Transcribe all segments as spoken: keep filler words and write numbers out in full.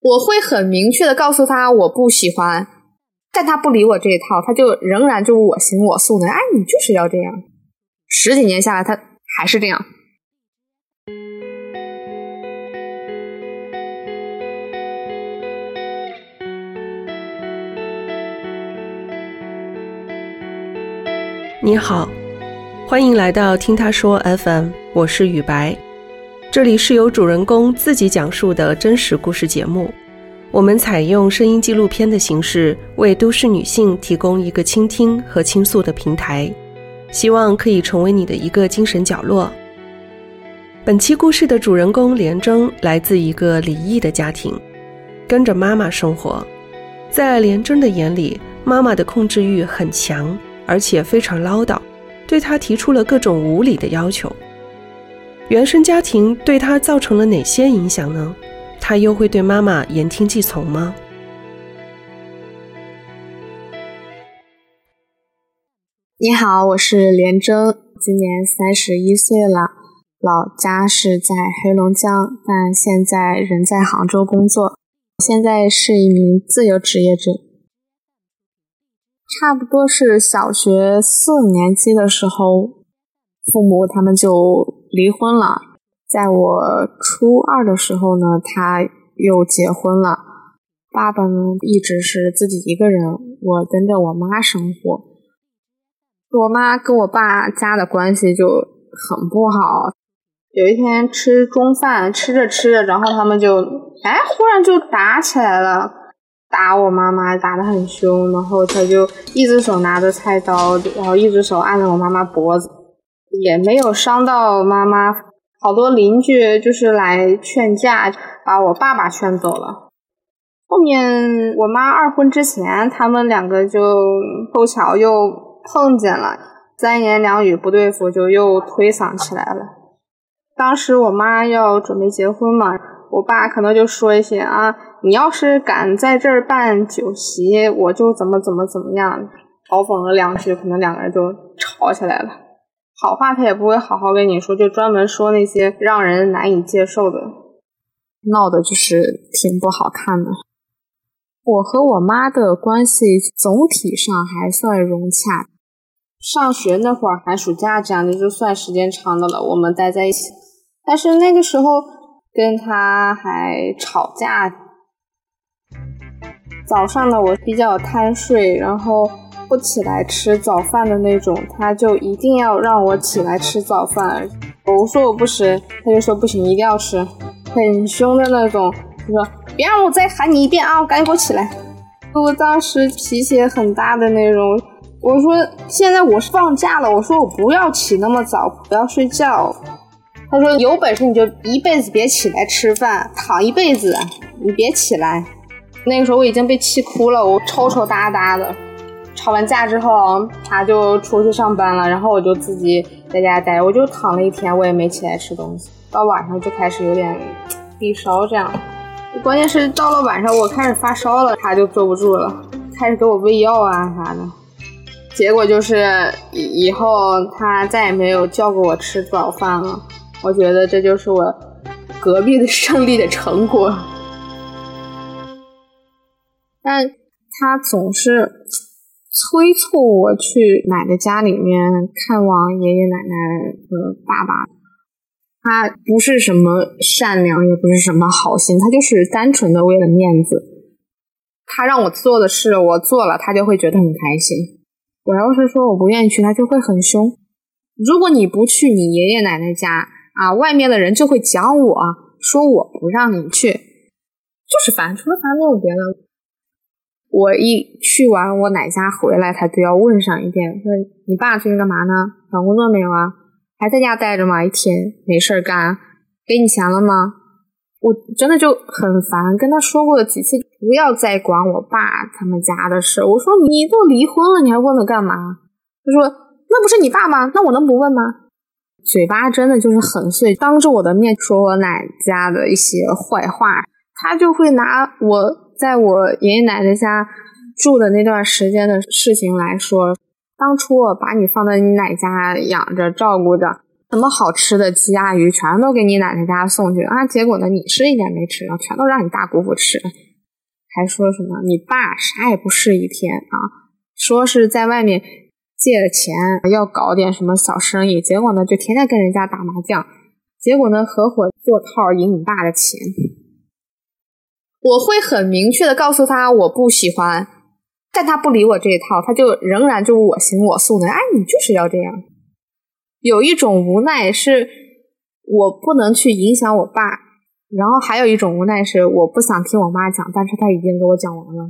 我会很明确的告诉他我不喜欢，但他不理我这一套，他就仍然就我行我素的，哎，你就是要这样。十几年下来他还是这样。 你好，欢迎来到听他说 F M， 我是雨白。这里是由主人公自己讲述的真实故事节目，我们采用声音纪录片的形式，为都市女性提供一个倾听和倾诉的平台，希望可以成为你的一个精神角落。本期故事的主人公连征来自一个离异的家庭，跟着妈妈生活。在连征的眼里，妈妈的控制欲很强，而且非常唠叨，对他提出了各种无理的要求。原生家庭对他造成了哪些影响呢？他又会对妈妈言听计从吗？ 你好，我是连征，今年三十一岁了，老家是在黑龙江，但现在人在杭州工作，现在是一名自由职业者。差不多是小学四五年级的时候，父母他们就离婚了。在我初二的时候呢，他又结婚了。爸爸呢一直是自己一个人，我跟着我妈生活。我妈跟我爸家的关系就很不好。有一天吃中饭，吃着吃着，然后他们就哎忽然就打起来了。打我妈妈打得很凶，然后他就一只手拿着菜刀，然后一只手按着我妈妈脖子，也没有伤到妈妈。好多邻居就是来劝架，把我爸爸劝走了。后面我妈二婚之前，他们两个就凑巧又碰见了，三言两语不对付，就又推搡起来了。当时我妈要准备结婚嘛，我爸可能就说一些啊，你要是敢在这儿办酒席，我就怎么怎么怎么样，嘲讽了两句，可能两个人就吵起来了。好话他也不会好好跟你说，就专门说那些让人难以接受的，闹的就是挺不好看的。我和我妈的关系总体上还算融洽，上学那会儿寒暑假这样的就算时间长的了，我们待在一起。但是那个时候跟他还吵架。早上呢我比较贪睡，然后不起来吃早饭的那种，他就一定要让我起来吃早饭。我说我不吃，他就说不行，一定要吃，很凶的那种，就说别让我再喊你一遍啊，赶紧给我起来。我当时脾气也很大的那种，我说现在我是放假了，我说我不要起那么早，不要睡觉。他说有本事你就一辈子别起来吃饭，躺一辈子你别起来。那个时候我已经被气哭了，我抽抽搭搭的。吵完架之后他就出去上班了，然后我就自己在家待，我就躺了一天，我也没起来吃东西。到晚上就开始有点低烧这样，关键是到了晚上我开始发烧了，他就坐不住了，开始给我喂药啊啥的。结果就是以后他再也没有叫过我吃早饭了。我觉得这就是我隔壁的胜利的成果。但他总是催促我去奶奶家里面看望爷爷奶奶和爸爸。他不是什么善良，也不是什么好心，他就是单纯的为了面子。他让我做的事我做了，他就会觉得很开心。我要是说我不愿意去，他就会很凶。如果你不去你爷爷奶奶家啊，外面的人就会讲我，说我不让你去，就是烦，除了烦没有别的。我一去完我奶家回来，他就要问上一遍，说你爸最近干嘛呢？找工作没有啊？还在家待着吗？一天没事干，给你钱了吗？我真的就很烦，跟他说过几次不要再管我爸他们家的事。我说你都离婚了，你还问了干嘛？他说那不是你爸吗？那我能不问吗？嘴巴真的就是很碎，当着我的面说我奶家的一些坏话。他就会拿我在我爷爷奶奶家住的那段时间的事情来说，当初我把你放在你奶家养着照顾着， 什么好吃的鸡鸭鱼全都给你奶奶家送去啊，结果呢你吃一点没吃，然后全都让你大姑父吃，还说什么你爸啥也不是一天啊，说是在外面借了钱要搞点什么小生意，结果呢就天天跟人家打麻将，结果呢合伙做套赢你爸的钱。我会很明确的告诉他我不喜欢，但他不理我这一套，他就仍然就我行我素的，哎，你就是要这样。有一种无奈是我不能去影响我爸，然后还有一种无奈是我不想听我妈讲，但是他已经给我讲完了。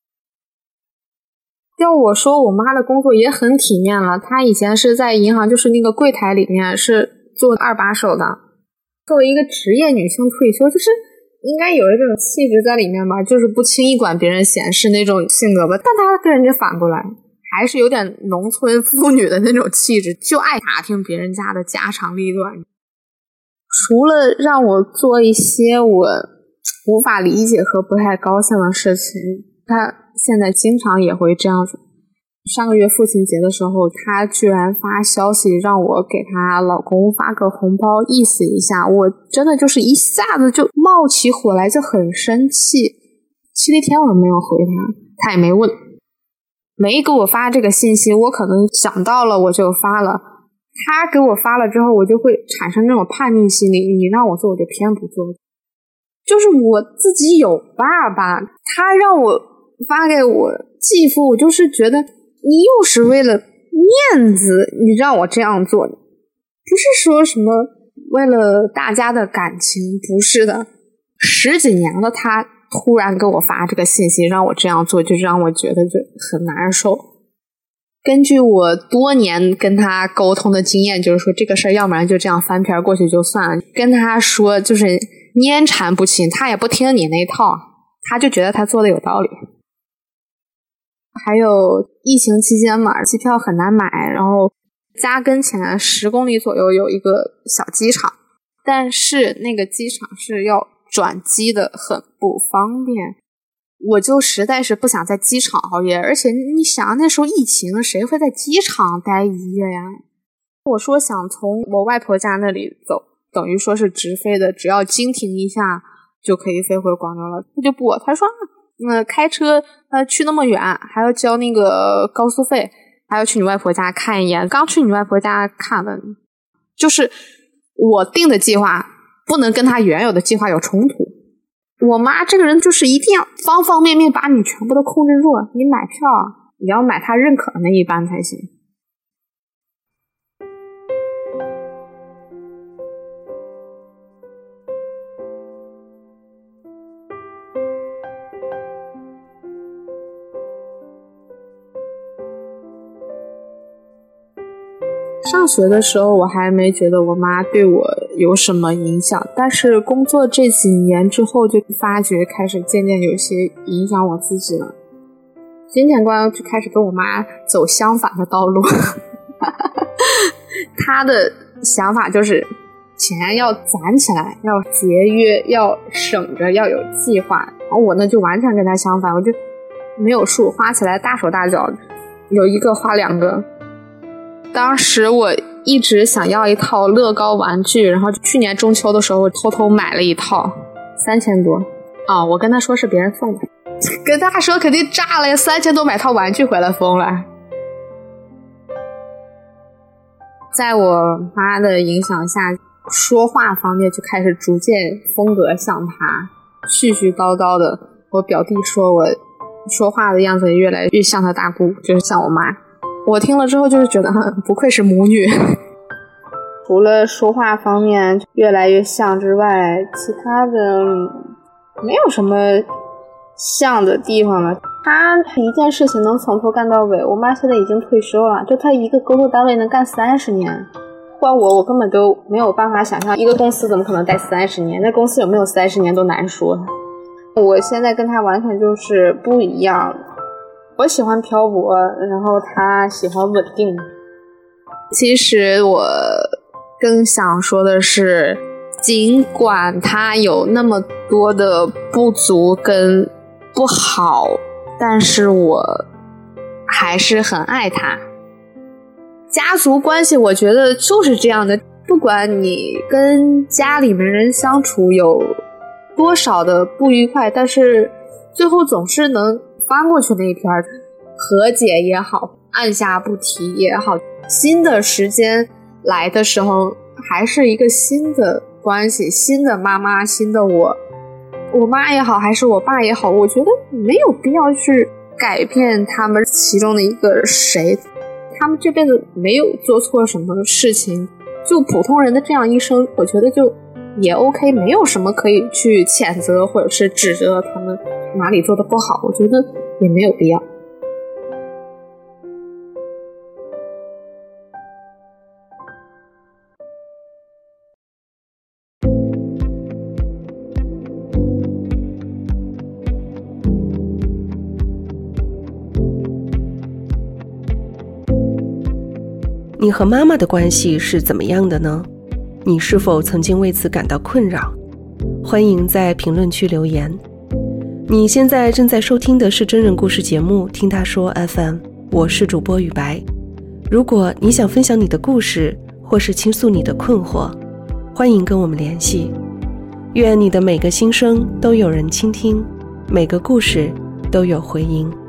要我说我妈的工作也很体面了，她以前是在银行就是那个柜台里面是做二把手的，作为一个职业女性退休就是应该有一种气质在里面吧，就是不轻易管别人闲事那种性格吧，但她跟人家反过来还是有点农村妇女的那种气质，就爱打听别人家的家长里短。除了让我做一些我无法理解和不太高兴的事情，他现在经常也会这样子。上个月父亲节的时候，他居然发消息让我给他老公发个红包意思一下，我真的就是一下子就冒起火来，就很生气。七了一天我没有回他，他也没问，没给我发这个信息，我可能想到了我就发了，他给我发了之后我就会产生那种叛逆心理，你让我做我就偏不做。就是我自己有爸爸，他让我发给我继父，我就是觉得你又是为了面子你让我这样做的，不是说什么为了大家的感情，不是的。十几年了，他突然给我发这个信息让我这样做，就让我觉得就很难受。根据我多年跟他沟通的经验，就是说这个事儿要不然就这样翻篇过去就算了，跟他说就是黏缠不清，他也不听你那套，他就觉得他做的有道理。还有疫情期间嘛，机票很难买，然后家跟前十公里左右有一个小机场，但是那个机场是要转机的，很不方便。我就实在是不想在机场熬夜，而且你想那时候疫情谁会在机场待一夜呀？我说想从我外婆家那里走，等于说是直飞的，只要经停一下就可以飞回广州了。他就不，他说呃，开车呃去那么远还要交那个高速费，还要去你外婆家看一眼，刚去你外婆家看了，就是我定的计划不能跟他原有的计划有冲突。我妈这个人就是一定要方方面面把你全部都控制住，你买票你要买她认可的那一班才行。上学的时候我还没觉得我妈对我有什么影响，但是工作这几年之后就发觉开始渐渐有些影响我自己了。金钱观就开始跟我妈走相反的道路她的想法就是钱要攒起来，要节约，要省着，要有计划，然后我呢就完全跟她相反，我就没有数，花起来大手大脚，有一个花两个。当时我一直想要一套乐高玩具，然后去年中秋的时候偷偷买了一套三千多啊、哦！我跟他说是别人送的，跟他说肯定炸了，三千多买套玩具回来疯了。在我妈的影响下，说话方面就开始逐渐风格像她，絮絮叨叨的。我表弟说我说话的样子越来越像他大姑，就是像我妈。我听了之后就是觉得不愧是母女。除了说话方面越来越像之外，其他的没有什么像的地方了。她一件事情能从头干到尾，我妈现在已经退休了，就她一个工作单位能干三十年。换我我根本都没有办法想象一个公司怎么可能待三十年，那公司有没有三十年都难说。我现在跟她完全就是不一样，我喜欢漂泊，然后他喜欢稳定。其实我更想说的是，尽管他有那么多的不足跟不好，但是我还是很爱他。家族关系我觉得就是这样的， 不管你跟家里面人相处有多少的不愉快，但是最后总是能翻过去那一篇，和解也好，按下不提也好，新的时间来的时候还是一个新的关系，新的妈妈，新的我，我妈也好还是我爸也好，我觉得没有必要去改变他们其中的一个谁，他们这辈子没有做错什么事情，就普通人的这样一生，我觉得就也 OK， 没有什么可以去谴责或者是指责他们哪里做的不好，我觉得也没有必要。 你和妈妈的关系是怎么样的呢？你是否曾经为此感到困扰？欢迎在评论区留言。你现在正在收听的是真人故事节目《听他说 F M》， 我是主播雨白。如果你想分享你的故事，或是倾诉你的困惑，欢迎跟我们联系。愿你的每个心声都有人倾听，每个故事都有回音。